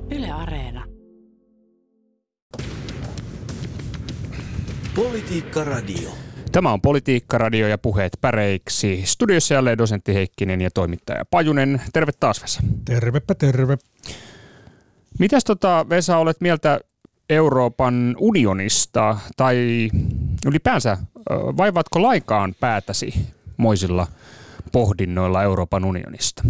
Yle Areena. Politiikka Radio. Tämä on Politiikka Radio ja puheet päreiksi. Studiossa jälleen dosentti Heikkinen ja toimittaja Pajunen. Terve taas, Vesa. Tervepä terve. Mitäs Vesa olet mieltä Euroopan unionista tai ylipäänsä vaivaatko lainkaan päätäsi moisilla pohdinnoilla Euroopan unionista?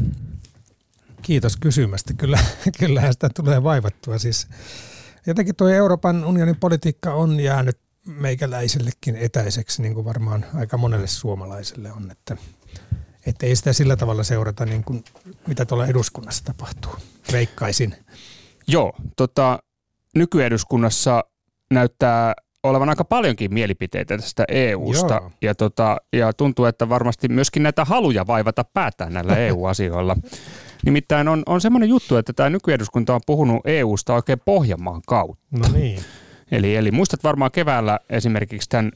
Kiitos kysymästä. Kyllähän sitä tulee vaivattua. Siis jotenkin tuo Euroopan unionin politiikka on jäänyt meikäläisellekin etäiseksi, niin kuin varmaan aika monelle suomalaiselle on, että ei sitä sillä tavalla seurata, niin kuin mitä tuolla eduskunnassa tapahtuu. Veikkaisin. Joo, nykyeduskunnassa näyttää olevan aika paljonkin mielipiteitä tästä EUsta ja tuntuu, että varmasti myöskin näitä haluja vaivata päätään näillä EU-asioilla. Nimittäin on semmoinen juttu, että tämä nykyeduskunta on puhunut EUsta oikein Pohjanmaan kautta. No niin. Eli muistat varmaan keväällä esimerkiksi tämän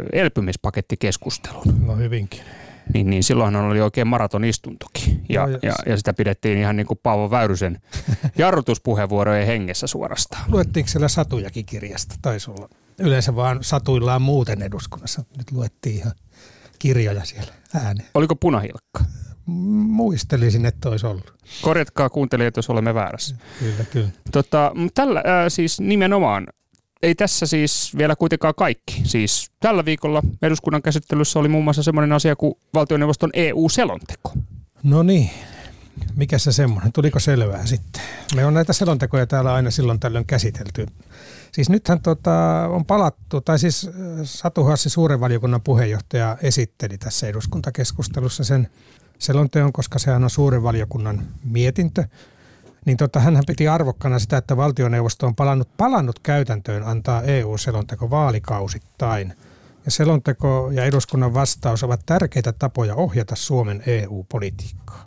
elpymispakettikeskustelun. No hyvinkin. Niin silloinhan oli oikein maratonistuntokin ja sitä pidettiin ihan niin kuin Paavo Väyrysen jarrutuspuheenvuorojen hengessä suorastaan. Luettiinko siellä satujakin kirjasta? Taisi olla. Yleensä vaan satuillaan muuten eduskunnassa. Nyt luettiin ihan kirjoja siellä ääneen. Oliko punahilkka? Muistelisin, että olisi ollut. Korjatkaa kuuntelijat, jos olemme väärässä. Kyllä. Tällä siis nimenomaan, ei tässä siis vielä kuitenkaan kaikki. Siis tällä viikolla eduskunnan käsittelyssä oli muun muassa semmoinen asia kuin valtioneuvoston EU-selonteko. No niin, mikä se semmoinen? Tuliko selvää sitten? Me on näitä selontekoja täällä aina silloin tällöin käsitelty. Siis nythän on palattu, tai siis Satu Hassi suuren valiokunnan puheenjohtaja esitteli tässä eduskuntakeskustelussa sen selonteon, koska sehän on suuren valiokunnan mietintö. Niin hänhän piti arvokkana sitä, että valtioneuvosto on palannut käytäntöön antaa EU-selonteko vaalikausittain. Ja selonteko ja eduskunnan vastaus ovat tärkeitä tapoja ohjata Suomen EU-politiikkaa.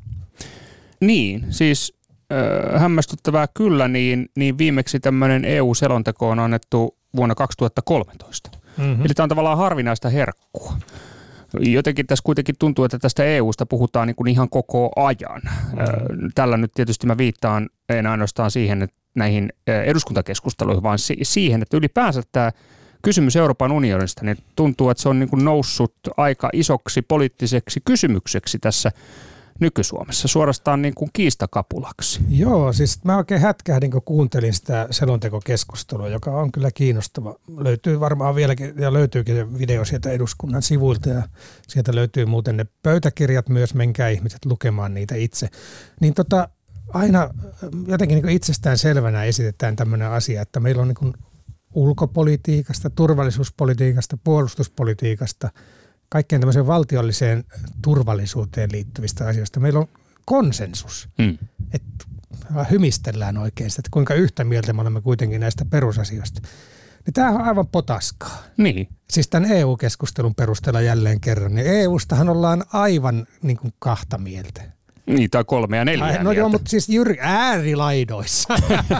Niin, siis hämmästyttävää kyllä, niin viimeksi tämmöinen EU-selonteko on annettu vuonna 2013. Mm-hmm. Eli tämä on tavallaan harvinaista herkkua. Jotenkin tässä kuitenkin tuntuu, että tästä EUsta puhutaan niin kuin ihan koko ajan. Tällä nyt tietysti mä viittaan en ainoastaan siihen, että näihin eduskuntakeskusteluihin, vaan siihen, että ylipäänsä tämä kysymys Euroopan unionista, niin tuntuu, että se on niin kuin noussut aika isoksi poliittiseksi kysymykseksi tässä nyky-Suomessa, suorastaan niin kuin kiistakapulaksi. Joo, siis mä oikein hätkähdin, kun kuuntelin sitä selontekokeskustelua, joka on kyllä kiinnostava. Löytyy varmaan vieläkin, ja löytyykin video sieltä eduskunnan sivuilta, ja sieltä löytyy muuten ne pöytäkirjat myös, menkää ihmiset lukemaan niitä itse. Niin aina jotenkin niin kuin itsestään selvänä esitetään tämmöinen asia, että meillä on niin kuin ulkopolitiikasta, turvallisuuspolitiikasta, puolustuspolitiikasta, kaikkeen tämmöiseen valtiolliseen turvallisuuteen liittyvistä asioista. Meillä on konsensus, että hymistellään oikein sitä, että kuinka yhtä mieltä me olemme kuitenkin näistä perusasioista. Niin tämähän on aivan potaskaa. Niin. Siis tämän EU-keskustelun perusteella jälleen kerran. Niin EUstahan ollaan aivan niin kuin kahta mieltä. Niin, tai 3 ja 4 mieltä. No joo, mutta siis äärilaidoissa.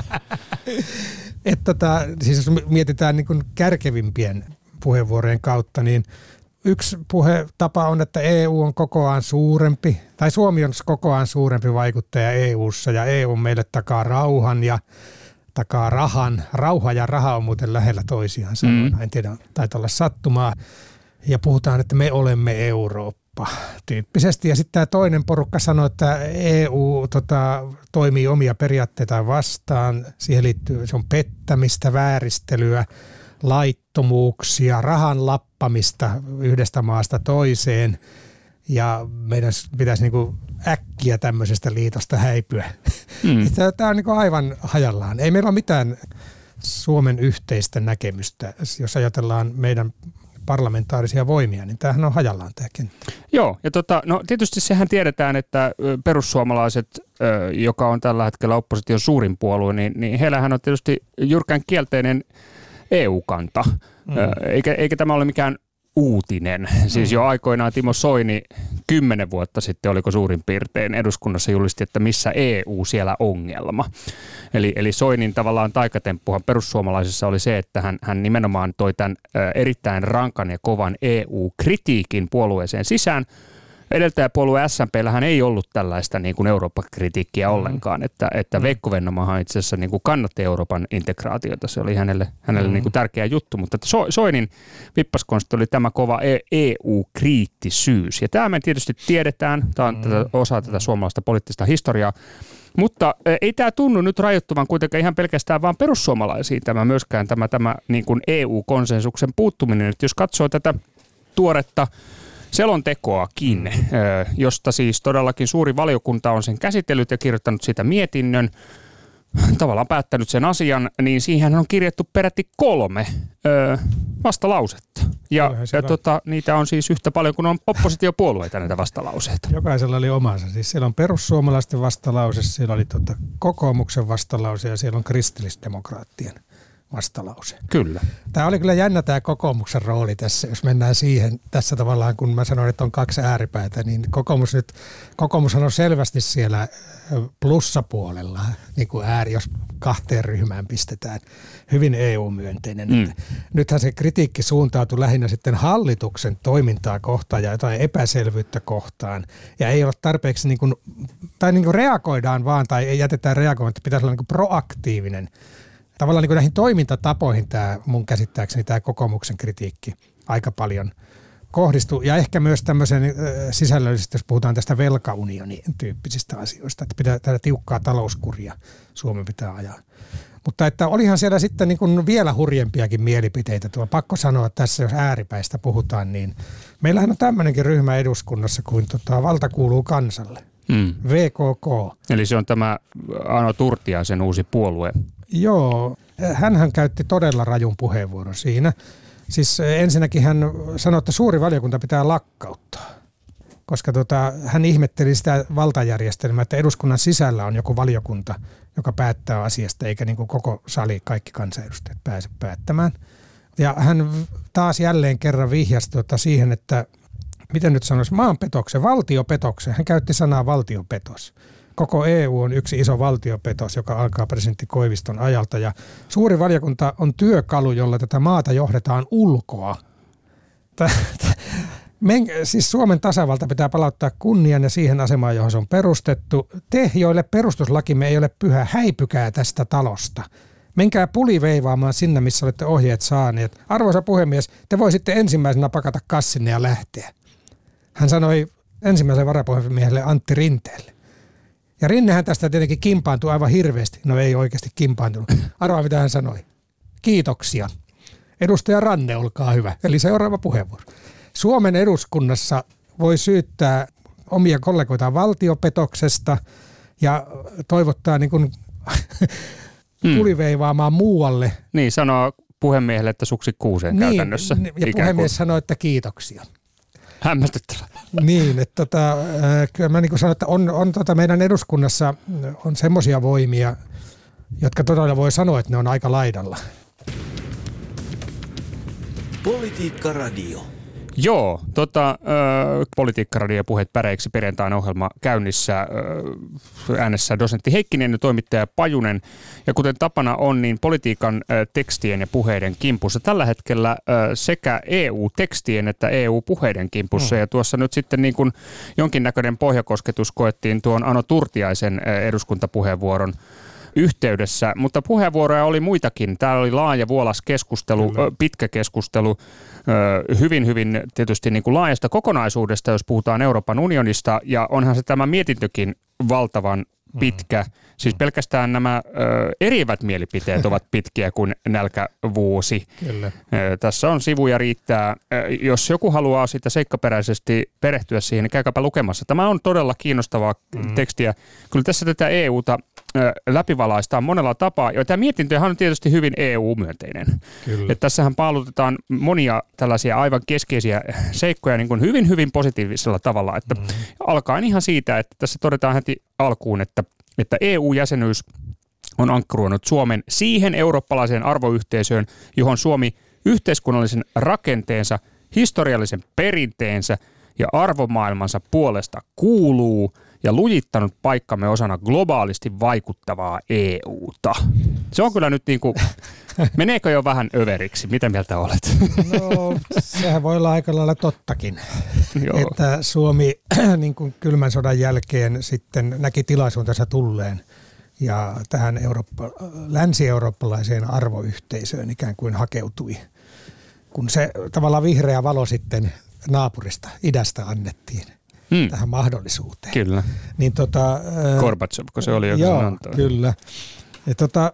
Siis jos mietitään niin kuin kärkevimpien puheenvuorojen kautta, niin yksi puhetapa on, että EU on kokoaan suurempi, tai Suomi on kokoaan suurempi vaikuttaja EU:ssa, ja EU meille takaa rauhan ja takaa rahan. Rauha ja raha on muuten lähellä toisiaan sanoina. En tiedä, taitaa olla sattumaa. Ja puhutaan, että me olemme Eurooppa tyyppisesti. Ja sitten tämä toinen porukka sanoo, että EU toimii omia periaatteitaan vastaan. Siihen liittyy, se on pettämistä, vääristelyä, laittomuuksia, rahan lappamista yhdestä maasta toiseen, ja meidän pitäisi niinku äkkiä tämmöisestä liitosta häipyä. Tämä on niinku aivan hajallaan. Ei meillä ole mitään Suomen yhteistä näkemystä, jos ajatellaan meidän parlamentaarisia voimia, niin tämähän on hajallaan tämä kenttä. Joo, ja no tietysti sehän tiedetään, että perussuomalaiset, joka on tällä hetkellä opposition suurin puolue, niin heillähän on tietysti jyrkän kielteinen EU-kanta, eikä tämä ole mikään uutinen. Siis jo aikoinaan Timo Soini 10 vuotta sitten, oliko suurin piirtein, eduskunnassa julisti, että missä EU siellä ongelma. Eli Soinin tavallaan taikatemppuhan perussuomalaisissa oli se, että hän nimenomaan toi tämän erittäin rankan ja kovan EU-kritiikin puolueeseen sisään, edeltäjäpuolue SMP:llähän ei ollut tällaista niin kuin Eurooppa-kritiikkiä ollenkaan, että Veikko Vennomahan itse asiassa niin kuin kannatti Euroopan integraatiota. Se oli hänelle niin kuin tärkeä juttu, mutta Soinin vippaskonsti oli tämä kova EU-kriittisyys. Ja tämä me tietysti tiedetään, tämä on osa tätä suomalaista poliittista historiaa, mutta ei tämä tunnu nyt rajoittuvan kuitenkaan ihan pelkästään vaan perussuomalaisiin myöskään tämä niin kuin EU-konsensuksen puuttuminen. Että jos katsoo tätä tuoretta selontekoakin, josta siis todellakin suuri valiokunta on sen käsitellyt ja kirjoittanut siitä mietinnön, tavallaan päättänyt sen asian, niin siihen on kirjattu peräti 3 vastalausetta. Ja niitä on siis yhtä paljon kuin on oppositiopuolueita näitä vastalauseita. Jokaisella oli omansa. Siis siellä on perussuomalaisten vastalause, siellä oli kokoomuksen vastalause ja siellä on kristillisdemokraattien vastalause. Kyllä. Tämä oli kyllä jännä tämä kokoomuksen rooli tässä, jos mennään siihen tässä tavallaan, kun mä sanoin, että on 2 ääripäätä, niin kokoomushan on selvästi siellä plussapuolella, niin kuin jos 2 ryhmään pistetään, hyvin EU-myönteinen. Nythän se kritiikki suuntautui lähinnä sitten hallituksen toimintaa kohtaan ja jotain epäselvyyttä kohtaan, ja ei ole tarpeeksi, niin kuin reagoidaan vaan, tai ei jätetään reagoimatta, pitäisi olla niin kuin proaktiivinen. Tavallaan niin kuin näihin toimintatapoihin tämä mun käsittääkseni tämä kokoomuksen kritiikki aika paljon kohdistuu. Ja ehkä myös tämmöisen sisällöllisesti, jos puhutaan tästä velkaunionin tyyppisistä asioista, että pitää tätä tiukkaa talouskuria Suomen pitää ajaa. Mutta että olihan siellä sitten niin kuin vielä hurjempiakin mielipiteitä. Tuo pakko sanoa tässä, jos ääripäistä puhutaan, niin meillähän on tämmöinenkin ryhmä eduskunnassa kuin Valta kuuluu kansalle. VKK. Eli se on tämä Ano Turtiaisen uusi puolue. Joo, hänhän käytti todella rajun puheenvuoron siinä. Siis ensinnäkin hän sanoi, että suuri valiokunta pitää lakkauttaa, koska hän ihmetteli sitä valtajärjestelmää, että eduskunnan sisällä on joku valiokunta, joka päättää asiasta, eikä niin kuin koko sali, kaikki kansanedustajat pääse päättämään. Ja hän taas jälleen kerran vihjasi siihen, että miten nyt sanoisi, maanpetoksen, valtiopetoksen. Hän käytti sanaa valtiopetos. Koko EU on yksi iso valtiopetos, joka alkaa presidentti Koiviston ajalta. Ja suuri valiokunta on työkalu, jolla tätä maata johdetaan ulkoa. Siis Suomen tasavalta pitää palauttaa kunnian ja siihen asemaan, johon se on perustettu. Te, joille perustuslakimme ei ole pyhä, häipykää tästä talosta. Menkää puliveivaamaan sinne, missä olette ohjeet saaneet. Arvoisa puhemies, te voisitte ensimmäisenä pakata kassinne ja lähteä. Hän sanoi ensimmäisen varapuhemiehelle Antti Rinteelle. Ja Rinnehän tästä tietenkin kimpaantui aivan hirveästi. No ei oikeasti kimpaantunut. Arvaa mitä hän sanoi. Kiitoksia. Edustaja Ranne, olkaa hyvä. Eli seuraava puheenvuoro. Suomen eduskunnassa voi syyttää omia kollegoitaan valtiopetoksesta ja toivottaa niin kuin puliveivaamaan muualle. Niin, sanoo puhemiehelle, että suksi kuuseen käytännössä. Ja puhemies sanoo, että kiitoksia. Hämmästyttävä. Niin, että kyllä mä niin kuin sanon, että on meidän eduskunnassa on semmoisia voimia, jotka todella voi sanoa, että ne on aika laidalla. Politiikka Radio. Joo, Politiikka-radio puheet päreiksi perjantain ohjelma käynnissä äänessä dosentti Heikkinen ja toimittaja Pajunen. Ja kuten tapana on, niin politiikan tekstien ja puheiden kimpussa tällä hetkellä sekä EU-tekstien että EU-puheiden kimpussa. Ja tuossa nyt sitten niin kuin jonkinnäköinen pohjakosketus koettiin tuon Ano Turtiaisen eduskuntapuheenvuoron yhteydessä, mutta puheenvuoroja oli muitakin. Täällä oli laaja vuolas keskustelu, pitkä keskustelu, hyvin tietysti niin kuin laajasta kokonaisuudesta, jos puhutaan Euroopan unionista, ja onhan se tämä mietintökin valtavan pitkä. Siis pelkästään nämä erivät mielipiteet ovat pitkiä kuin nälkävuosi. Kyllä. Tässä on sivuja riittää. Jos joku haluaa sitä seikkaperäisesti perehtyä siihen, niin käykääpä lukemassa. Tämä on todella kiinnostavaa tekstiä. Kyllä tässä tätä EUta läpivalaistaan monella tapaa. Ja tämä mietintöhän on tietysti hyvin EU-myönteinen. Että tässähän paalutetaan monia tällaisia aivan keskeisiä seikkoja niin kuin hyvin positiivisella tavalla. Että alkaen ihan siitä, että tässä todetaan heti alkuun, että EU-jäsenyys on ankkuroinut Suomen siihen eurooppalaiseen arvoyhteisöön, johon Suomi yhteiskunnallisen rakenteensa, historiallisen perinteensä ja arvomaailmansa puolesta kuuluu ja lujittanut paikkamme osana globaalisti vaikuttavaa EUta. Se on kyllä nyt niin kuin, meneekö jo vähän överiksi? Mitä mieltä olet? No, sehän voi olla aika lailla tottakin. että Suomi niin kuin kylmän sodan jälkeen sitten näki tilaisuutensa tulleen ja tähän länsi-eurooppalaiseen arvoyhteisöön ikään kuin hakeutui, kun se tavallaan vihreä valo sitten naapurista, idästä annettiin tähän mahdollisuuteen. Kyllä. Niin Gorbachev, kun se oli, joka sen antoi. Kyllä. Ja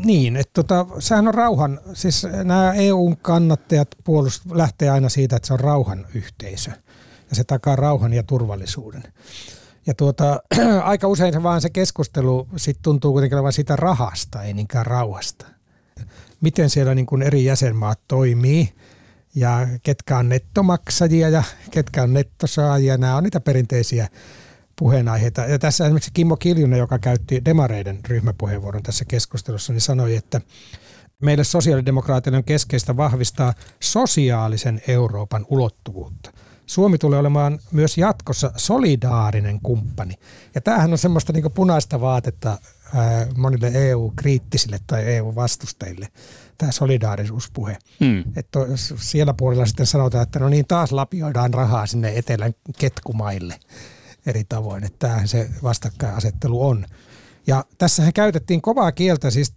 sehän on rauhan, siis nämä EUn kannattajat lähtee aina siitä, että se on rauhan yhteisö ja se takaa rauhan ja turvallisuuden. Ja aika usein se keskustelu sit tuntuu kuitenkin olevan siitä rahasta, ei niinkään rauhasta. Miten siellä niin kuin eri jäsenmaat toimii ja ketkä on nettomaksajia ja ketkä on nettosaajia, nämä on niitä perinteisiä puheenaiheita. Ja tässä esimerkiksi Kimmo Kiljunen, joka käytti demareiden ryhmäpuheenvuoron tässä keskustelussa, niin sanoi, että meille sosiaalidemokraatille on keskeistä vahvistaa sosiaalisen Euroopan ulottuvuutta. Suomi tulee olemaan myös jatkossa solidaarinen kumppani. Ja tämähän on semmoista niin kuin punaista vaatetta monille EU-kriittisille tai EU-vastustajille, tämä solidaarisuuspuhe. Että siellä puolella sitten sanotaan, että no niin, taas lapioidaan rahaa sinne etelän ketkumaille eri tavoin, että tämähän se vastakkainasettelu on. Ja tässähän käytettiin kovaa kieltä, siis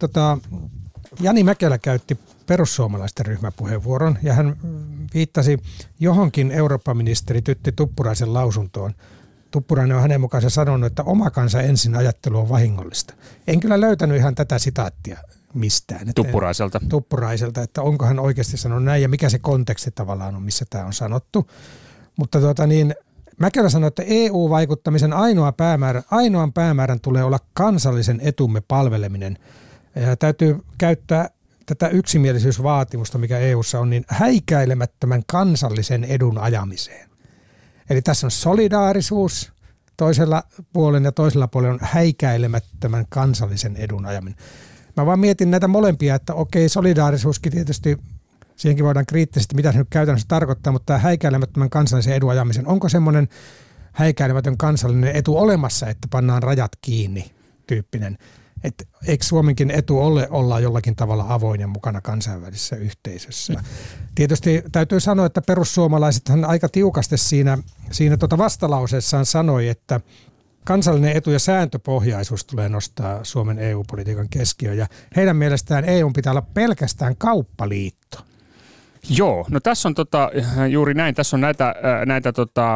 Jani Mäkelä käytti perussuomalaisten ryhmäpuheenvuoron ja hän viittasi johonkin Eurooppa-ministeri Tytti Tuppuraisen lausuntoon. Tuppurainen on hänen mukaansa sanonut, että oma kansa ensin ajattelu on vahingollista. En kyllä löytänyt ihan tätä sitaattia mistään. Tuppuraiselta, että onko hän oikeasti sanonut näin ja mikä se konteksti tavallaan on, missä tämä on sanottu. Mutta Mäkelä sanoi, että EU-vaikuttamisen ainoan päämäärän tulee olla kansallisen etumme palveleminen. Ja täytyy käyttää tätä yksimielisyysvaatimusta, mikä EU:ssa on, niin häikäilemättömän kansallisen edun ajamiseen. Eli tässä on solidaarisuus toisella puolella ja toisella puolella on häikäilemättömän kansallisen edun ajaminen. Mä vaan mietin näitä molempia, että okei, solidaarisuuskin tietysti, siihenkin voidaan kriittisesti, mitä se nyt käytännössä tarkoittaa, mutta tämä häikäilemättömän kansallisen edun ajamisen, onko semmoinen häikäilemätön kansallinen etu olemassa, että pannaan rajat kiinni tyyppinen? Että eikö Suomenkin etu olla jollakin tavalla avoin ja mukana kansainvälisessä yhteisössä? Tietysti täytyy sanoa, että perussuomalaisethan aika tiukasti siinä vastalauseessaan sanoi, että kansallinen etu ja sääntöpohjaisuus tulee nostaa Suomen EU-politiikan keskiöön. Ja heidän mielestään EU pitää olla pelkästään kauppaliitto. Joo, no tässä on juuri näin. Tässä on näitä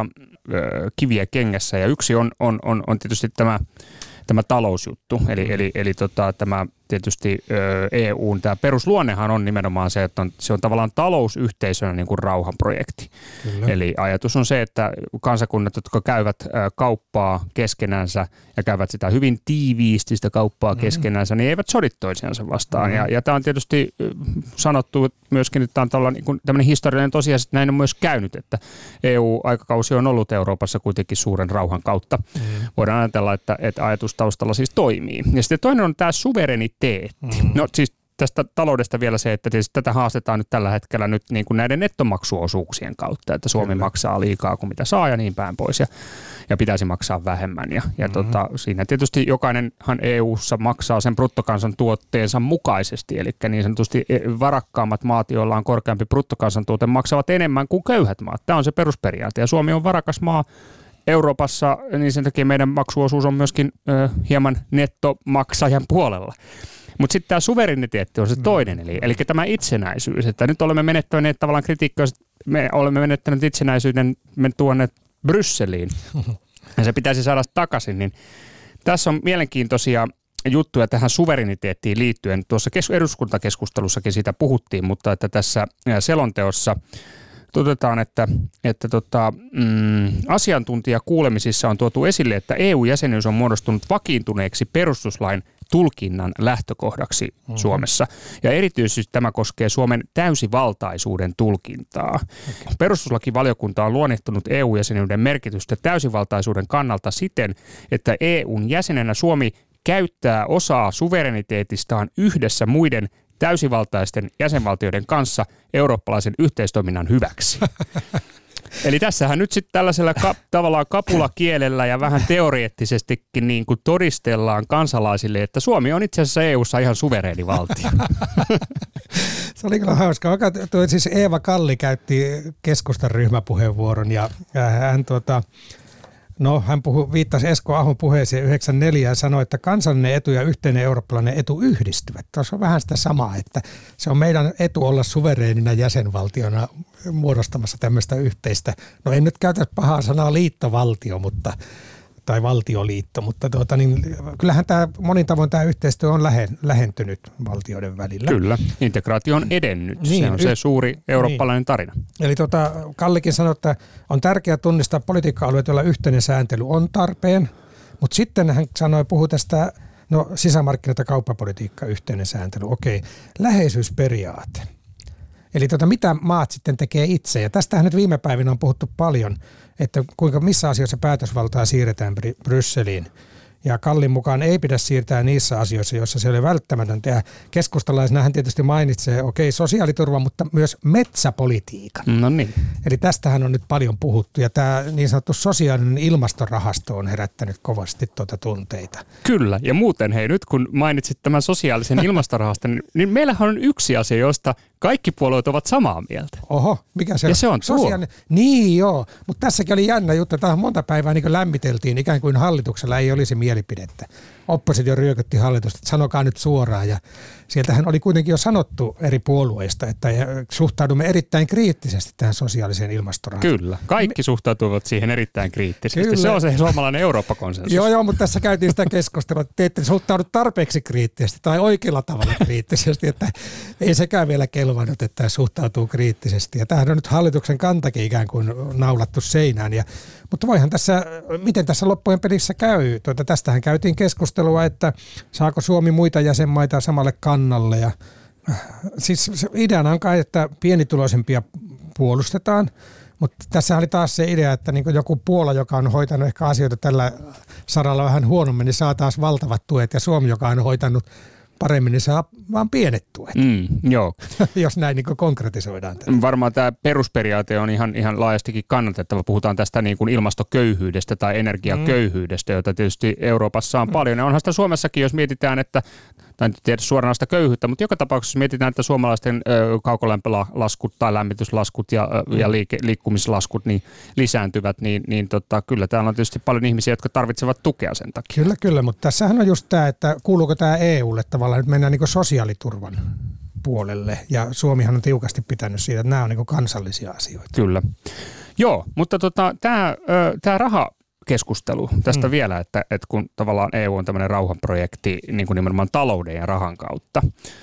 kiviä kengässä ja yksi on tietysti tämä talousjuttu, eli tämä tietysti EUn tämä perusluonnehan on nimenomaan se, että se on tavallaan talousyhteisönä niin kuin rauhanprojekti. Kyllä. Eli ajatus on se, että kansakunnat, jotka käyvät kauppaa keskenänsä ja käyvät sitä hyvin tiiviisti sitä kauppaa keskenänsä, niin eivät sodi toisiansa vastaan. Ja tämä on tietysti sanottu myöskin, että tämä on niin tämmöinen historiallinen tosiasia, että näin on myös käynyt, että EU-aikakausi on ollut Euroopassa kuitenkin suuren rauhan kautta. Voidaan ajatella, että ajatus taustalla siis toimii. Ja sitten toinen on tämä suvereniteetti. No siis tästä taloudesta vielä se, että tietysti tätä haastetaan nyt tällä hetkellä nyt niin kuin näiden nettomaksuosuuksien kautta, että Suomi maksaa liikaa kuin mitä saa ja niin päin pois ja pitäisi maksaa vähemmän. Ja siinä tietysti jokainenhan EU:ssa maksaa sen bruttokansantuotteensa mukaisesti, eli niin sanotusti varakkaammat maat, joilla on korkeampi bruttokansantuote, maksavat enemmän kuin köyhät maat. Tämä on se perusperiaate ja Suomi on varakas maa Euroopassa, niin sen takia meidän maksuosuus on myöskin hieman nettomaksajan puolella. Mutta sitten tämä suvereniteetti on se toinen, eli tämä itsenäisyys. Että nyt olemme menettäneet tavallaan kritiikkaa, me olemme menettäneet itsenäisyyden tuonne Brysseliin ja se pitäisi saada takaisin. Niin tässä on mielenkiintoisia juttuja tähän suvereniteettiin liittyen. Tuossa eduskuntakeskustelussakin siitä puhuttiin, mutta että tässä selonteossa todetaan, että asiantuntijakuulemisissa on tuotu esille, että EU-jäsenyys on muodostunut vakiintuneeksi perustuslain tulkinnan lähtökohdaksi Suomessa. Ja erityisesti tämä koskee Suomen täysivaltaisuuden tulkintaa. Okay. Perustuslakivaliokunta on luonnehtunut EU-jäsenyyden merkitystä täysivaltaisuuden kannalta siten, että EUn jäsenenä Suomi käyttää osaa suvereniteetistaan yhdessä muiden täysivaltaisten jäsenvaltioiden kanssa eurooppalaisen yhteistoiminnan hyväksi. Eli tässähän nyt sitten tällaisella tavallaan kapulakielellä ja vähän teoreettisestikin niin kuin todistellaan kansalaisille, että Suomi on itse asiassa EU:ssa ihan suvereeni valtio. Se oli kyllä hauskaa. Siis Eeva Kalli käytti keskustan ryhmäpuheenvuoron ja hän viittasi Esko Ahon puheeseen 94 ja sanoi, että kansallinen etu ja yhteinen eurooppalainen etu yhdistyvät. Tuossa on vähän sitä samaa, että se on meidän etu olla suvereenina jäsenvaltiona muodostamassa tämmöistä yhteistä. No en nyt käytä pahaa sanaa liittovaltio, tai valtioliitto, mutta kyllähän tämä monin tavoin tämä yhteistyö on lähentynyt valtioiden välillä. Kyllä, integraatio on edennyt. Niin, se on se suuri eurooppalainen tarina. Eli Kallikin sanoi, että on tärkeää tunnistaa politiikka-alueet, joilla yhteinen sääntely on tarpeen, mutta sitten hän puhui tästä sisämarkkinat- ja kauppapolitiikka, yhteinen sääntely. Okei, läheisyysperiaate. Eli mitä maat sitten tekee itse. Ja tästähän nyt viime päivinä on puhuttu paljon, että missä asioissa päätösvaltaa siirretään Brysseliin. Ja Kallin mukaan ei pidä siirtää niissä asioissa, joissa se ei ole välttämätöntä. Ja keskustalaisena hän tietysti mainitsee, sosiaaliturva, mutta myös metsäpolitiikan. No niin. Eli tästähän on nyt paljon puhuttu. Ja tämä niin sanottu sosiaalinen ilmastorahasto on herättänyt kovasti tunteita. Kyllä. Ja muuten nyt kun mainitsit tämän sosiaalisen ilmastorahaston, niin meillähän on yksi asia, josta kaikki puolueet ovat samaa mieltä. Oho, mikä se on? Ja se on tuo. Niin joo, mutta tässäkin oli jännä juttu. Tähän monta päivää niin lämmiteltiin, ikään kuin hallituksella ei olisi mielipidettä. Oppositio ryökötti hallitusta, että sanokaa nyt suoraan. Ja sieltähän oli kuitenkin jo sanottu eri puolueista, että suhtaudumme erittäin kriittisesti tähän sosiaaliseen ilmastorahastoon. Kyllä, kaikki suhtautuvat siihen erittäin kriittisesti. Kyllä. Se on se suomalainen Eurooppa-konsensus. Joo, mutta tässä käytiin sitä keskustelua, että te ette suhtaudu tarpeeksi kriittisesti tai oikealla tavalla kriittisesti, että ei sekään vielä kelvannut, että suhtautuu kriittisesti. Ja tämähän on nyt hallituksen kantakin ikään kuin naulattu seinään. Mutta voihan miten tässä loppujen pelissä käy? Tästähän käytiin keskustelua, että saako Suomi muita jäsenmaita samalle kannalle. Ja, siis ideana on kai, että pienituloisempia puolustetaan, mutta tässä oli taas se idea, että niin joku Puola, joka on hoitanut ehkä asioita tällä saralla vähän huonommin, niin saa taas valtavat tuet, ja Suomi, joka on hoitanut paremmin, niin saa vaan pienet tuet, joo. Jos näin niin konkretisoidaan. Tätä. Varmaan tämä perusperiaate on ihan laajastikin kannatettava. Puhutaan tästä niin kuin ilmastoköyhyydestä tai energiaköyhyydestä, jota tietysti Euroopassa on paljon. Ja onhan sitä Suomessakin, jos mietitään, että tai en tiedä suoranaista köyhyyttä, mutta joka tapauksessa mietitään, että suomalaisten kaukolämpölaskut tai lämmityslaskut ja liikkumislaskut niin lisääntyvät, niin kyllä täällä on tietysti paljon ihmisiä, jotka tarvitsevat tukea sen takia. Kyllä, mutta tässähän on just tämä, että kuuluuko tämä EUlle tavallaan, nyt mennään niin kuin sosiaaliturvan puolelle, ja Suomihan on tiukasti pitänyt siitä, että nämä on niin kuin kansallisia asioita. Kyllä. Joo, mutta tämä rahakeskustelu tästä vielä, että kun tavallaan EU on tämmöinen rauhanprojekti niin kuin nimenomaan talouden ja rahan kautta,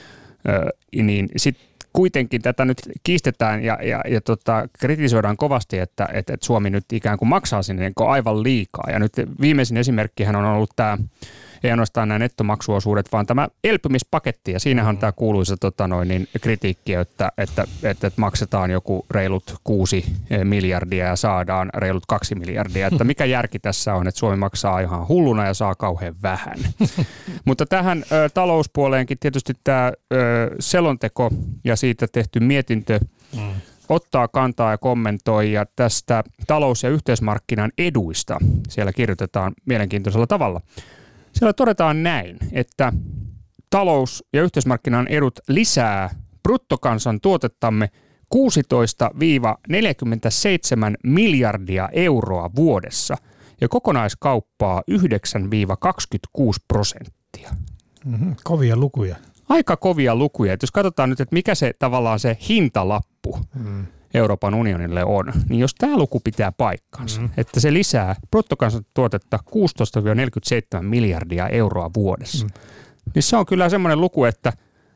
niin sitten kuitenkin tätä nyt kiistetään ja kritisoidaan kovasti, että Suomi nyt ikään kuin maksaa sinne aivan liikaa. Ja nyt viimeisin esimerkkihän on ollut tämä, ei ainoastaan nämä nettomaksuosuudet, vaan tämä elpymispaketti. Ja siinähän on tämä kuuluisa kritiikki, että maksetaan joku reilut 6 miljardia ja saadaan reilut 2 miljardia. Että mikä järki tässä on, että Suomi maksaa ihan hulluna ja saa kauhean vähän. Mutta tähän talouspuoleenkin tietysti tämä selonteko ja siitä tehty mietintö ottaa kantaa ja kommentoi, ja tästä talous- ja yhteismarkkinan eduista siellä kirjoitetaan mielenkiintoisella tavalla. Siellä todetaan näin, että talous- ja yhteismarkkinan edut lisää bruttokansantuotettamme 16-47 miljardia euroa vuodessa ja kokonaiskauppaa 9-26%. Kovia lukuja. Aika kovia lukuja. Et jos katsotaan nyt, että mikä se tavallaan se hintalappu Euroopan unionille on, niin jos tämä luku pitää paikkansa, että se lisää bruttokansantuotetta 16-47 miljardia euroa vuodessa, niin se on kyllä semmoinen luku, että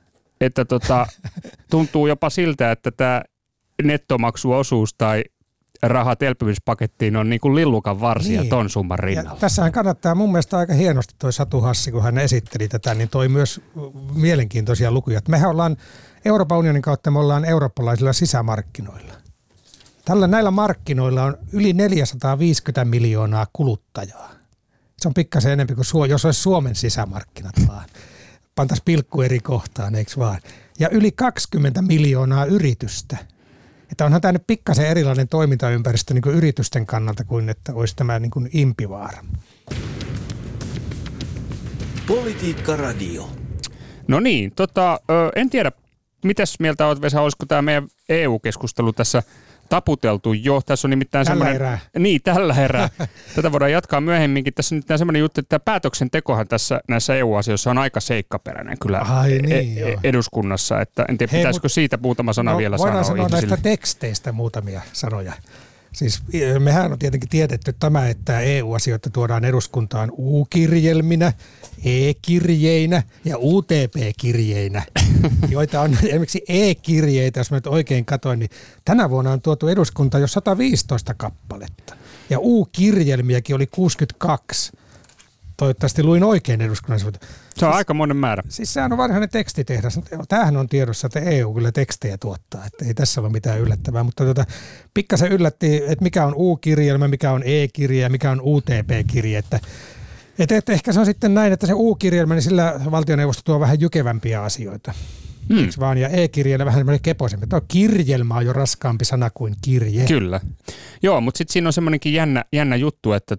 tuntuu jopa siltä, että tämä nettomaksuosuus tai rahat elpymispakettiin on niin kuin lillukan varsia ton summan rinnalla. Ja tässähän kannattaa mun mielestä aika hienosti toi Satu Hassi, kun hän esitteli tätä, niin toi myös mielenkiintoisia lukuja. Mehän ollaan Euroopan unionin kautta, me ollaan eurooppalaisilla sisämarkkinoilla. Näillä markkinoilla on yli 450 miljoonaa kuluttajaa. Se on pikkasen enemmän kuin jos olisi Suomen sisämarkkinat vaan. Pantaisiin pilkku eri kohtaan, eikö vaan? Ja yli 20 miljoonaa yritystä. Että onhan tämä nyt pikkasen erilainen toimintaympäristö niin kuin yritysten kannalta kuin että olisi tämä niin kuin Impivaara. Politiikka Radio. No niin, en tiedä, mitäs mieltä olet, Vesa, olisiko tämä meidän EU-keskustelu tässä taputeltu jo. Tässä on nimittäin tällä erää. Niin, tällä erää. Tätä voidaan jatkaa myöhemminkin. Tässä on nyt semmoinen juttu, että päätöksentekohan näissä EU-asioissa on aika seikkaperäinen kyllä eduskunnassa. Että en tiedä, pitäisikö siitä muutama sana vielä sanoa. Voidaan sanoa ihmisille. näistä teksteistä muutamia sanoja. Siis mehän on tietenkin tiedetty tämä, että EU-asioita tuodaan eduskuntaan U-kirjelminä, E-kirjeinä ja UTP-kirjeinä, joita on esimerkiksi E-kirjeitä, jos mä nyt oikein katsoin, niin tänä vuonna on tuotu eduskuntaan jo 115 kappaletta. Ja U-kirjelmiäkin oli 62. Toivottavasti luin oikein eduskunnassa. Se on aika monen määrä. Siis sehän on varsinainen tekstitehdas. Tämähän on tiedossa, että EU kyllä tekstejä tuottaa. Että ei tässä ole mitään yllättävää. Mutta pikkasen yllätti, että mikä on U-kirjelmä, mikä on E-kirje ja mikä on UTP-kirje. Että ehkä se on sitten näin, että se U-kirjelmä, niin sillä valtioneuvosto tuo vähän jykevämpiä asioita. Vaan? Ja E-kirjeellä vähän semmoinen kepoisempi. Tuo kirjelmä on jo raskaampi sana kuin kirje. Kyllä. Joo, mutta sitten siinä on semmoinenkin jännä juttu, että,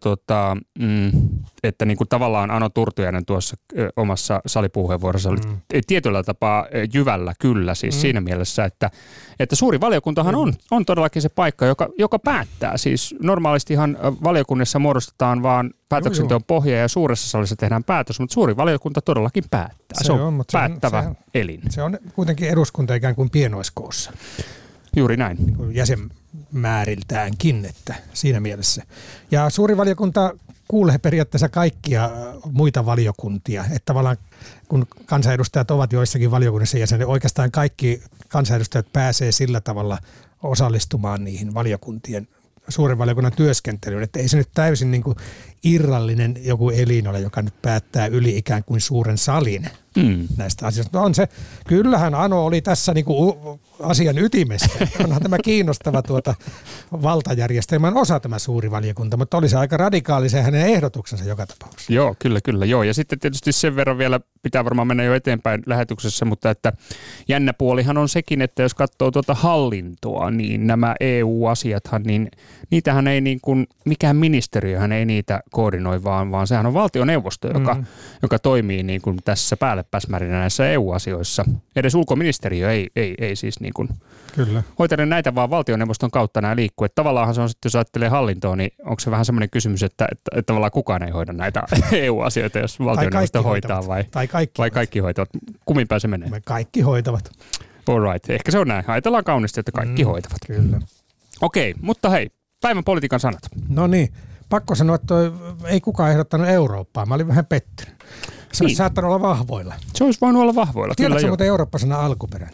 että niinku tavallaan Ano Turtiainen tuossa omassa salipuheenvuorossa oli tietyllä tapaa jyvällä kyllä siis siinä mielessä, että suuri valiokuntahan on todellakin se paikka, joka päättää. Siis normaalistihan valiokunnissa muodostetaan vaan päätöksenteon pohja ja suuressa salissa tehdään päätös, mutta suuri valiokunta todellakin päättää. Se on päättävä elin. Se on kuitenkin eduskunta ikään kuin pienoiskoossa. Juuri näin. Jäsenmääriltäänkin, että siinä mielessä. Ja suuri valiokunta kuulee periaatteessa kaikkia muita valiokuntia, että tavallaan kun kansanedustajat ovat joissakin valiokunnissa jäseniä, oikeastaan kaikki kansanedustajat pääsee sillä tavalla osallistumaan niihin valiokuntien suuren valiokunnan työskentelyyn, että ei se nyt täysin niin kuin irrallinen joku elin ole, joka nyt päättää yli ikään kuin suuren salin näistä asioista. No on se, kyllähän Ano oli tässä niin kuin asian ytimessä. Onhan tämä kiinnostava valtajärjestelmän osa tämä suuri valiokunta, mutta oli se aika radikaali se hänen ehdotuksensa joka tapauksessa. Joo, kyllä. Joo. Ja sitten tietysti sen verran vielä pitää varmaan mennä jo eteenpäin lähetyksessä, mutta että jännä puolihan on sekin, että jos katsoo hallintoa, niin nämä EU-asiathan, niin niitähän ei niin kuin, mikään ministeriöhän ei niitä koordinoi, vaan sehän on valtioneuvosto, joka toimii niin kuin tässä päälle päsmärinä näissä EU-asioissa. Edes ulkoministeriö ei siis niin kuin hoitele näitä, vaan valtioneuvoston kautta nämä liikkuu. Että tavallaan se on sitten, jos ajattelee hallintoa, niin onko se vähän semmoinen kysymys, että tavallaan kukaan ei hoida näitä EU-asioita, jos valtioneuvosto hoitaa vai kaikki hoitavat. Kummin päin se menee? Kaikki hoitavat. All right. Ehkä se on näin. Ajatellaan kauniisti, että kaikki hoitavat. Kyllä. Okei, mutta hei, päivän politiikan sanat. No niin, pakko sanoa, että ei kukaan ehdottanut Eurooppaa. Mä olin vähän pettynyt. Se olisi saattanut olla vahvoilla. Se olisi voinut olla vahvoilla. Tiedätkö muuten Eurooppa-sana alkuperän?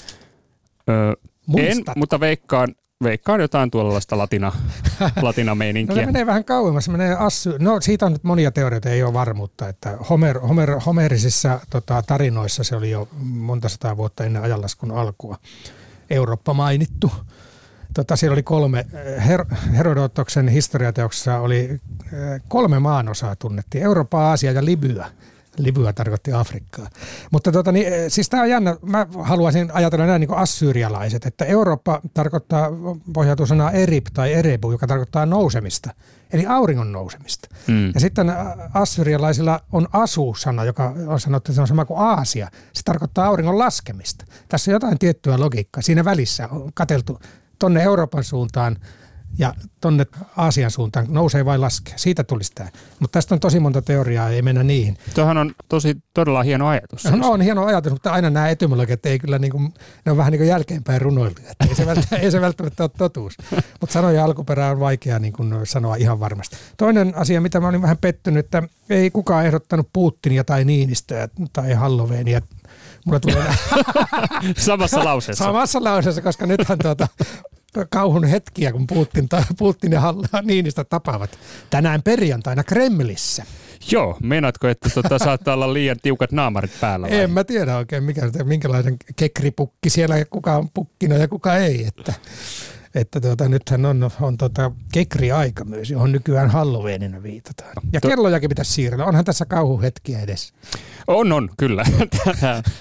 En, mutta veikkaan jotain tuollaista latinameininkiä. No se menee vähän kauemmas. No siitä on nyt monia teorioita, ei ole varmuutta. Että homerisissa tarinoissa se oli jo monta sataa vuotta ennen ajanlaskun alkua Eurooppa mainittu. Siellä oli 3, Herodotoksen historiateoksessa oli 3 maanosaa tunnettiin, Eurooppa, Aasia ja Libya. Libya tarkoitti Afrikkaa. Mutta siis tämä on jännä, mä haluaisin ajatella näin niin kuin assyrialaiset, että Eurooppa pohjautuu sanaa erib tai erebu, joka tarkoittaa nousemista, eli auringon nousemista. Ja sitten assyrialaisilla on asu-sana, joka on sanottu, että se on sama kuin Aasia, se tarkoittaa auringon laskemista. Tässä on jotain tiettyä logiikkaa, siinä välissä on katseltu tonne Euroopan suuntaan ja tonne Aasian suuntaan, nousee vai laskee. Siitä tulisi tämä. Mutta tästä on tosi monta teoriaa, ei mennä niihin. Tuohan on todella hieno ajatus. On hieno ajatus, mutta aina nämä etymologiat ei kyllä, ne on vähän niin kuin jälkeenpäin runoiltu. Ei se välttämättä ole totuus. Mutta sanoja alkuperää on vaikea niin kuin sanoa ihan varmasti. Toinen asia, mitä mä olin vähän pettynyt, että ei kukaan ehdottanut Putinia tai Niinistöä tai Halloweenia. Mulla tulee Samassa lauseessa. Samassa lauseessa, koska nythän kauhun hetkiä, kun Putin ja Niinistö tapaavat tänään perjantaina Kremlissä. Joo, meinaatko, että saattaa olla liian tiukat naamarit päällä? Vai? En mä tiedä oikein, minkälainen kekripukki siellä, kuka on pukkina ja kuka ei. Että nythän on kekri-aika myös, johon nykyään Halloweenina viitataan. Ja kellojakin pitäisi siirrellä. Onhan tässä kauhuhetkiä edes. On, kyllä.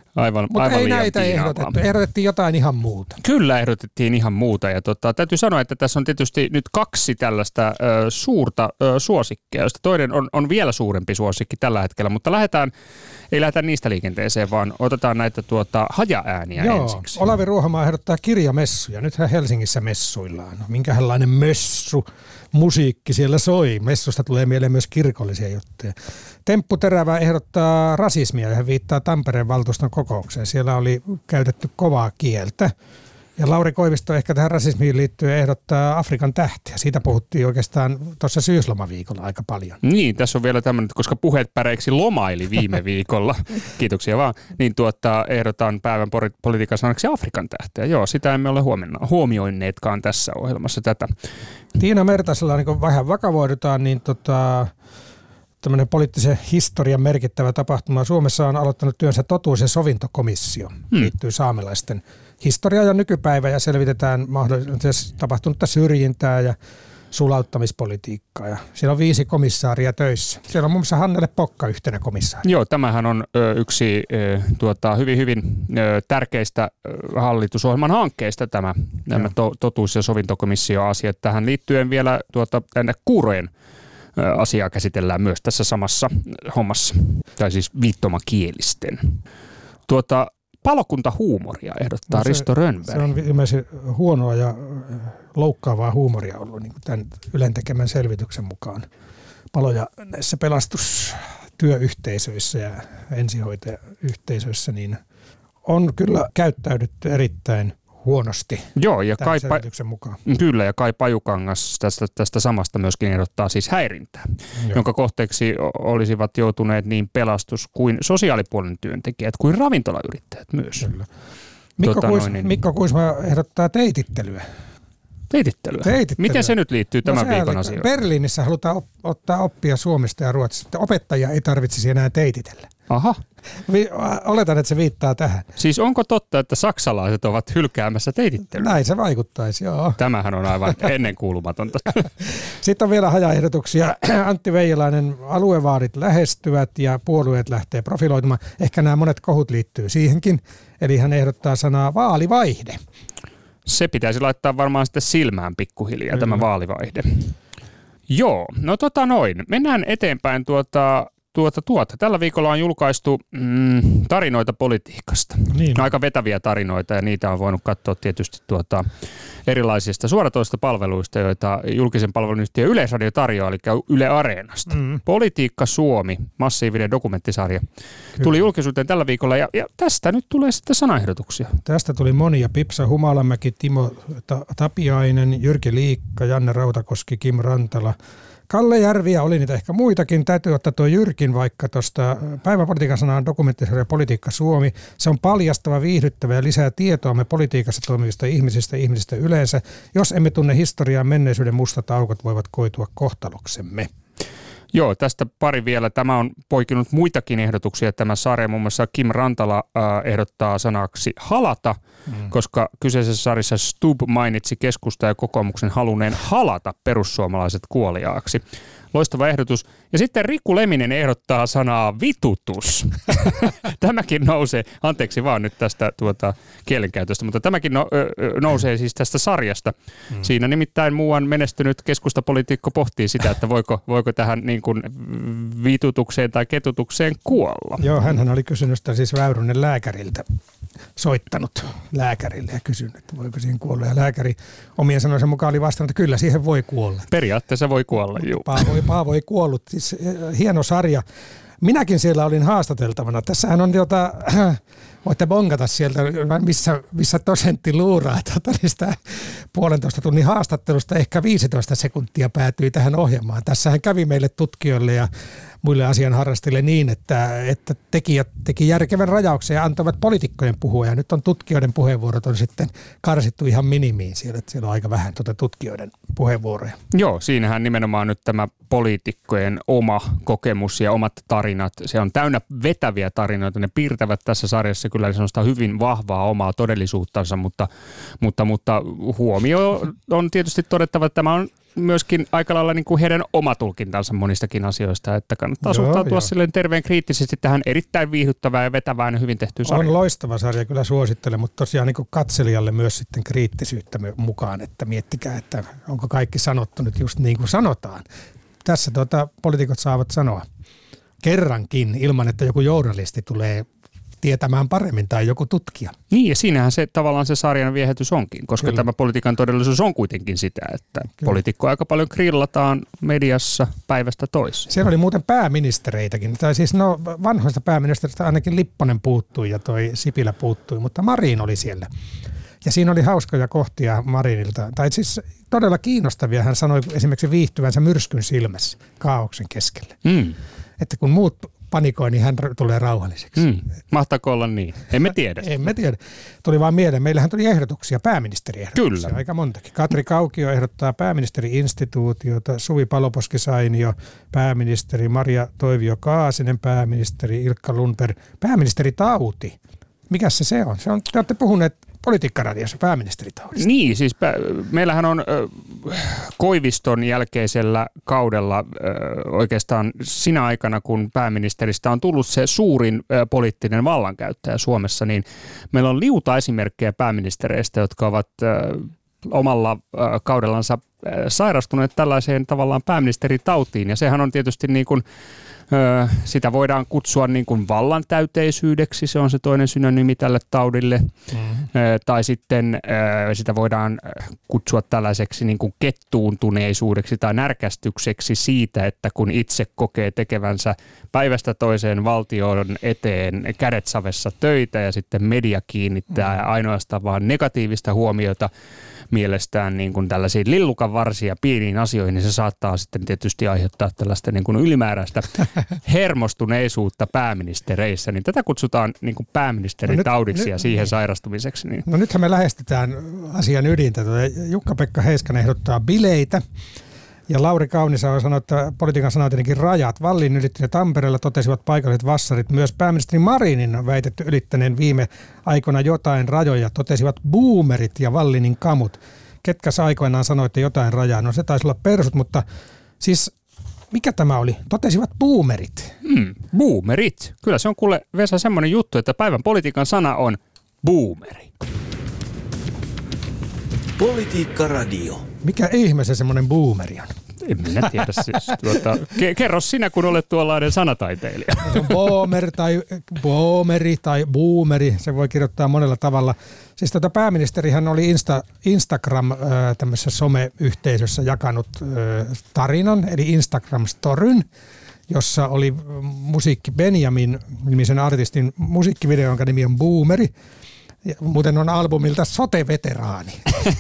Aivan Mutta ei liian näitä piinaavaa. ehdotettu, ehdotettiin jotain ihan muuta. Kyllä ehdotettiin ihan muuta ja täytyy sanoa, että tässä on tietysti nyt kaksi tällaista suurta suosikkia, joista toinen on vielä suurempi suosikki tällä hetkellä, mutta ei lähdetä niistä liikenteeseen, vaan otetaan näitä hajaääniä ensiksi. Olavi Ruohomaa ehdottaa kirjamessuja. Nythän Helsingissä messuillaan. No, minkälainen messu musiikki siellä soi. Messusta tulee mieleen myös kirkollisia juttuja. Temppu Terävä ehdottaa rasismia ja hän viittaa Tampereen valtuuston kokoukseen. Siellä oli käytetty kovaa kieltä. Ja Lauri Koivisto ehkä tähän rasismiin liittyen ehdottaa Afrikan tähtiä. Siitä puhuttiin oikeastaan tuossa syyslomaviikolla aika paljon. Niin, tässä on vielä tämmöinen, koska puheet päreiksi lomaili viime viikolla, kiitoksia vaan, niin ehdotan päivän politiikan sanaksi Afrikan tähtiä. Joo, sitä emme ole huomioineetkaan tässä ohjelmassa tätä. Tiina Mertasella niin vähän vakavoidutaan, niin tämmöinen poliittisen historian merkittävä tapahtuma. Suomessa on aloittanut työnsä totuus- ja sovintokomissio. Liittyy saamelaisten historia ja nykypäivä ja selvitetään mahdollisesti tapahtunutta syrjintää ja sulauttamispolitiikkaa. Ja siellä on 5 komissaaria töissä. Siellä on muun muassa Hannele Pokka yhtenä komissaari. Joo, tämähän on yksi hyvin tärkeistä hallitusohjelman hankkeista tämä totuus- ja sovintokomissio-asia. Tähän liittyen vielä tänne kuurojen asiaa käsitellään myös tässä samassa hommassa, tai siis viittomakielisten. Palokuntahuumoria ehdottaa Risto Rönnberg. Se on ilmeisesti huonoa ja loukkaavaa huumoria ollut niin kuin tämän Ylen tekemän selvityksen mukaan. Paloja näissä pelastustyöyhteisöissä ja ensihoitajayhteisöissä niin on kyllä käyttäydytty erittäin huonosti. Joo, ja mukaan. Kyllä, ja Kai Pajukangas tästä samasta myöskin ehdottaa siis häirintää, jonka kohteeksi olisivat joutuneet niin pelastus- kuin sosiaalipuolen työntekijät kuin ravintolayrittäjät myös. Kyllä. Mikko Kuisma ehdottaa teitittelyä. Teitittelyä? Miten se nyt liittyy tämän viikon asioihin? Berliinissä halutaan ottaa oppia Suomesta ja Ruotsista. Opettajia ei tarvitsisi enää teititellä. Aha. Oletan, että se viittaa tähän. Siis onko totta, että saksalaiset ovat hylkäämässä teitittelyä? Näin se vaikuttaisi, joo. Tämähän on aivan ennenkuulumatonta. Sitten on vielä hajaehdotuksia. Antti Veijalainen, aluevaalit lähestyvät ja puolueet lähtee profiloitumaan. Ehkä nämä monet kohut liittyy siihenkin. Eli hän ehdottaa sanaa vaalivaihde. Se pitäisi laittaa varmaan sitten silmään pikkuhiljaa, tämä vaalivaihde. Joo, no mennään eteenpäin Tällä viikolla on julkaistu tarinoita politiikasta. Niin. Aika vetäviä tarinoita ja niitä on voinut katsoa tietysti erilaisista suoratoista palveluista, joita julkisen palveluyhtiö Yleisradio tarjoaa, eli Yle Areenasta. Politiikka Suomi, massiivinen dokumenttisarja, tuli julkisuuteen tällä viikolla ja tästä nyt tulee sitten sanaehdotuksia. Tästä tuli monia. Pipsa Humalamäki, Timo Tapiainen, Jyrki Liikka, Janne Rautakoski, Kim Rantala, Kalle Järviä, oli niitä ehkä muitakin. Täytyy ottaa tuo Jyrkin vaikka tuosta päivänpolitiikan sanaan dokumenttisarja Politiikka Suomi. Se on paljastava, viihdyttävä ja lisää tietoamme politiikassa toimivista ihmisistä yleensä. Jos emme tunne historiaa, menneisyyden mustat aukot voivat koitua kohtaloksemme. Joo, tästä pari vielä. Tämä on poikinut muitakin ehdotuksia. Tämä sarja muun muassa Kim Rantala ehdottaa sanaksi halata, koska kyseisessä sarjassa Stubb mainitsi keskusta ja kokoomuksen halunneen halata perussuomalaiset kuoliaaksi. Loistava ehdotus. Ja sitten Riku Leminen ehdottaa sanaa vitutus. Tämäkin nousee, anteeksi vaan nyt tästä kielenkäytöstä, mutta tämäkin nousee siis tästä sarjasta. Siinä nimittäin muuan menestynyt keskustapoliitikko pohtii sitä, että voiko tähän niin kuin vitutukseen tai ketutukseen kuolla. Joo, hänhän oli kysynyt sitä siis Väyrynen lääkäriltä, soittanut lääkärille ja kysynyt, että voiko siihen kuolla. Ja lääkäri omien sanoisen mukaan oli vastannut, että kyllä siihen voi kuolla. Periaatteessa voi kuolla, juu. Paavo ei kuollut. Siis hieno sarja. Minäkin siellä olin haastateltavana. Tässähän on voitte bongata sieltä, missä dosentti luuraa, niistä 1,5 tunnin haastattelusta ehkä 15 sekuntia päätyi tähän ohjelmaan. Tässähän kävi meille tutkijoille ja muille asianharrastajille niin, että tekijät teki järkevän rajauksen ja antoivat poliitikkojen puhua. Ja nyt on tutkijoiden puheenvuorot on sitten karsittu ihan minimiin siellä, että siellä on aika vähän tutkijoiden puheenvuoroja. Joo, siinähän nimenomaan nyt tämä poliitikkojen oma kokemus ja omat tarinat, se on täynnä vetäviä tarinoita. Ne piirtävät tässä sarjassa kyllä sellaista hyvin vahvaa omaa todellisuuttansa, mutta huomio on tietysti todettava, että tämä on myöskin aika lailla niin kuin heidän oma tulkintansa monistakin asioista, että kannattaa suhtautua silleen terveen kriittisesti tähän erittäin viihdyttävään ja vetävään ja hyvin tehtyyn sarjaan. On loistava sarja, kyllä suosittelen, mutta tosiaan niin kuin katselijalle myös sitten kriittisyyttä mukaan, että miettikää, että onko kaikki sanottu nyt just niin kuin sanotaan. Tässä poliitikot saavat sanoa kerrankin ilman, että joku journalisti tulee tietämään paremmin tai joku tutkija. Niin, ja siinähän se tavallaan se sarjan viehätys onkin, koska kyllä. Tämä politiikan todellisuus on kuitenkin sitä, että poliitikkoja aika paljon grillataan mediassa päivästä toiseen. Siellä oli muuten pääministereitäkin, tai siis vanhoista pääministeristä ainakin Lipponen puuttui ja toi Sipilä puuttui, mutta Marin oli siellä. Ja siinä oli hauskoja kohtia Marinilta, tai siis todella kiinnostavia. Hän sanoi esimerkiksi viihtyvänsä myrskyn silmässä kaaoksen keskellä. Että kun muut panikoi, niin hän tulee rauhalliseksi. Mahtaako olla niin? Emme tiedä. Emme tiedä. Tuli vaan mieleen. Meillähän tuli ehdotuksia, pääministeriehdotuksia. Kyllä. Aika montakin. Katri Kaukio ehdottaa pääministeri-instituutiota, Suvi Paloposki-Sainio, pääministeri Maria Toivio Kaasinen, pääministeri Ilkka Lundberg, pääministeri Tauti. Mikäs se on? Te olette puhuneet Politiikkaradiossa pääministeritaudista. Niin, siis meillähän on Koiviston jälkeisellä kaudella oikeastaan sinä aikana, kun pääministeristä on tullut se suurin poliittinen vallankäyttäjä Suomessa, niin meillä on liuta esimerkkejä pääministereistä, jotka ovat omalla kaudellansa sairastuneet tällaiseen tavallaan pääministeritautiin, ja sehän on tietysti niin kuin sitä voidaan kutsua niin kuin vallantäyteisyydeksi, se on se toinen synonyymi tälle taudille, tai sitten sitä voidaan kutsua tällaiseksi niin kuin kettuuntuneisuudeksi tai närkästykseksi siitä, että kun itse kokee tekevänsä päivästä toiseen valtion eteen kädet savessa töitä ja sitten media kiinnittää ainoastaan vaan negatiivista huomiota mielestään niin kuin tällaisiin lillukanvarsia pieniin asioihin, niin se saattaa sitten tietysti aiheuttaa tällaista niin kuin ylimääräistä hermostuneisuutta pääministereissä. Niin tätä kutsutaan niin kuin pääministeritaudiksi ja siihen sairastumiseksi. Niin. No nythän me lähestytään asian ydintä. Jukka-Pekka Heiskanen ehdottaa bileitä. Ja Lauri Kaunisaho sanoi, että politiikan sanoo tietenkin rajat. Wallin ylitti Tampereella, totesivat paikalliset vassarit. Myös pääministeri Marinin on väitetty ylittäneen viime aikoina jotain rajoja. Totesivat boomerit ja Wallinin kamut. Ketkä aikoinaan sanoi, että jotain rajaa? No se taisi olla persut, mutta siis mikä tämä oli? Totesivat boomerit. Boomerit. Kyllä se on kuule Vesa semmoinen juttu, että päivän politiikan sana on boomeri. Politiikkaradio. Mikä ihme se semmoinen boomeri on? En minä tiedä siis. Kerro sinä, kun olet tuollainen sanataiteilija. Se on boomeri tai boomeri. Se voi kirjoittaa monella tavalla. Siis pääministerihän oli Instagram tämmöisessä someyhteisössä jakanut tarinan, eli Instagram-storyn, jossa oli musiikki Benjamin-nimisen artistin musiikkivideo, jonka nimi on Boomeri. Ja muuten on albumilta Sote-veteraani.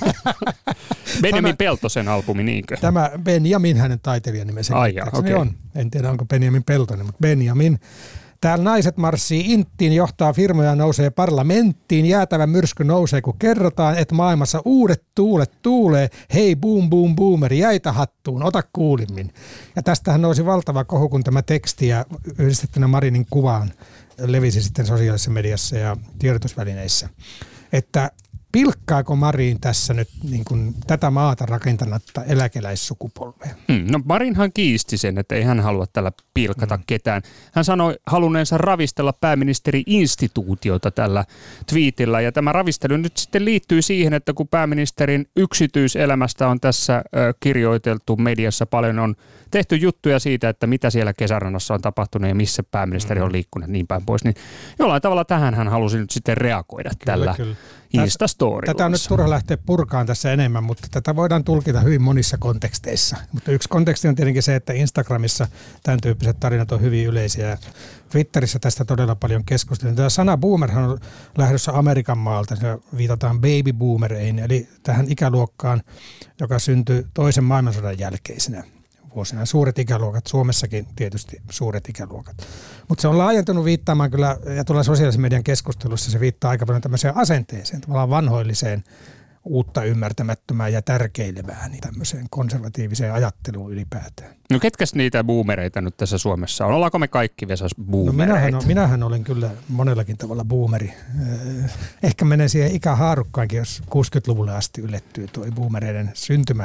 Benjamin Peltosen albumi, niinkö? Tämä Benjamin, hänen taiteilijanimensä. Okay. On. En tiedä, onko Benjamin Peltonen, mutta Benjamin. Täällä naiset marssii inttiin, johtaa firmoja, nousee parlamenttiin. Jäätävä myrsky nousee, kun kerrotaan, että maailmassa uudet tuulet tuulee. Hei, boom, boom, boomeri, jäitä hattuun, ota kuulimmin. Ja tästähän nousi valtava kohu, kun tämä teksti ja yhdistettynä Marinin kuvaan levisi sitten sosiaalisessa mediassa ja tiedotusvälineissä, että pilkkaako Marin tässä nyt niin kuin tätä maata rakentanatta eläkeläissukupolvea? No Marinhan kiisti sen, että ei hän halua tällä pilkata ketään. Hän sanoi halunneensa ravistella pääministeri-instituutiota tällä twiitillä, ja tämä ravistelu nyt sitten liittyy siihen, että kun pääministerin yksityiselämästä on tässä kirjoiteltu mediassa paljon, on tehty juttuja siitä, että mitä siellä kesärannassa on tapahtunut ja missä pääministeri on liikkunut niin päin pois, niin jollain tavalla tähän hän halusi nyt sitten reagoida tällä Instastorilla. Tätä on nyt turha lähteä purkaan tässä enemmän, mutta tätä voidaan tulkita hyvin monissa konteksteissa. Mutta yksi konteksti on tietenkin se, että Instagramissa tämän tyyppiset tarinat on hyvin yleisiä. Twitterissä tästä todella paljon keskustelua. Tämä sana boomerhan on lähdössä Amerikan maalta. Se viitataan baby boomereihin, eli tähän ikäluokkaan, joka syntyi toisen maailmansodan jälkeisenä vuosina. Suuret ikäluokat, Suomessakin tietysti suuret ikäluokat. Mutta se on laajentunut viittaamaan kyllä, ja tuolla sosiaalisen median keskustelussa se viittaa aika paljon tämmöiseen asenteeseen, tavallaan vanhoilliseen, uutta ymmärtämättömään ja tärkeilevään, niin tämmöiseen konservatiiviseen ajatteluun ylipäätään. No ketkäs niitä boomereita nyt tässä Suomessa on? Ollaanko me kaikki, Vesas, boomereita? No minähän olen kyllä monellakin tavalla boomeri. Ehkä menee siihen ikähaarukkaankin, jos 60-luvulle asti ylettyy tuo boomereiden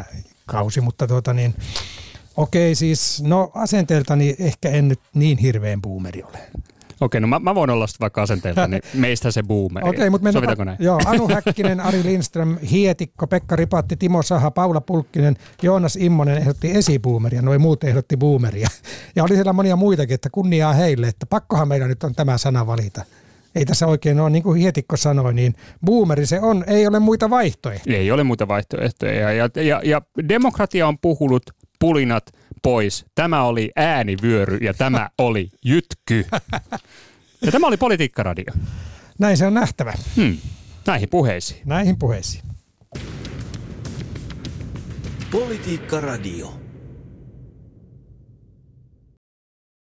kausi, mutta okei, siis no asenteeltani ehkä en nyt niin hirveän boomeri ole. Okei, no mä voin olla vaikka asenteelta, niin meistä se boomeri. Okei, mutta sovitaanko näin? Joo, Anu Häkkinen, Ari Lindström, Hietikko, Pekka Ripatti, Timo Saha, Paula Pulkkinen, Joonas Immonen ehdotti esiboomeria, noi muut ehdotti boomeria. Ja oli siellä monia muitakin, että kunniaa heille, että pakkohan meidän nyt on tämä sana valita. Ei tässä oikein ole, niin kuin Hietikko sanoi, niin boomeri se on, ei ole muita vaihtoehtoja. Ei ole muita vaihtoehtoja. Ja demokratia on puhunut pulinat pois. Tämä oli äänivyöry ja tämä oli jytky. Ja tämä oli Politiikka-radio. Näin se on nähtävä. Näihin puheisiin. Näihin puheisiin. Politiikka-radio.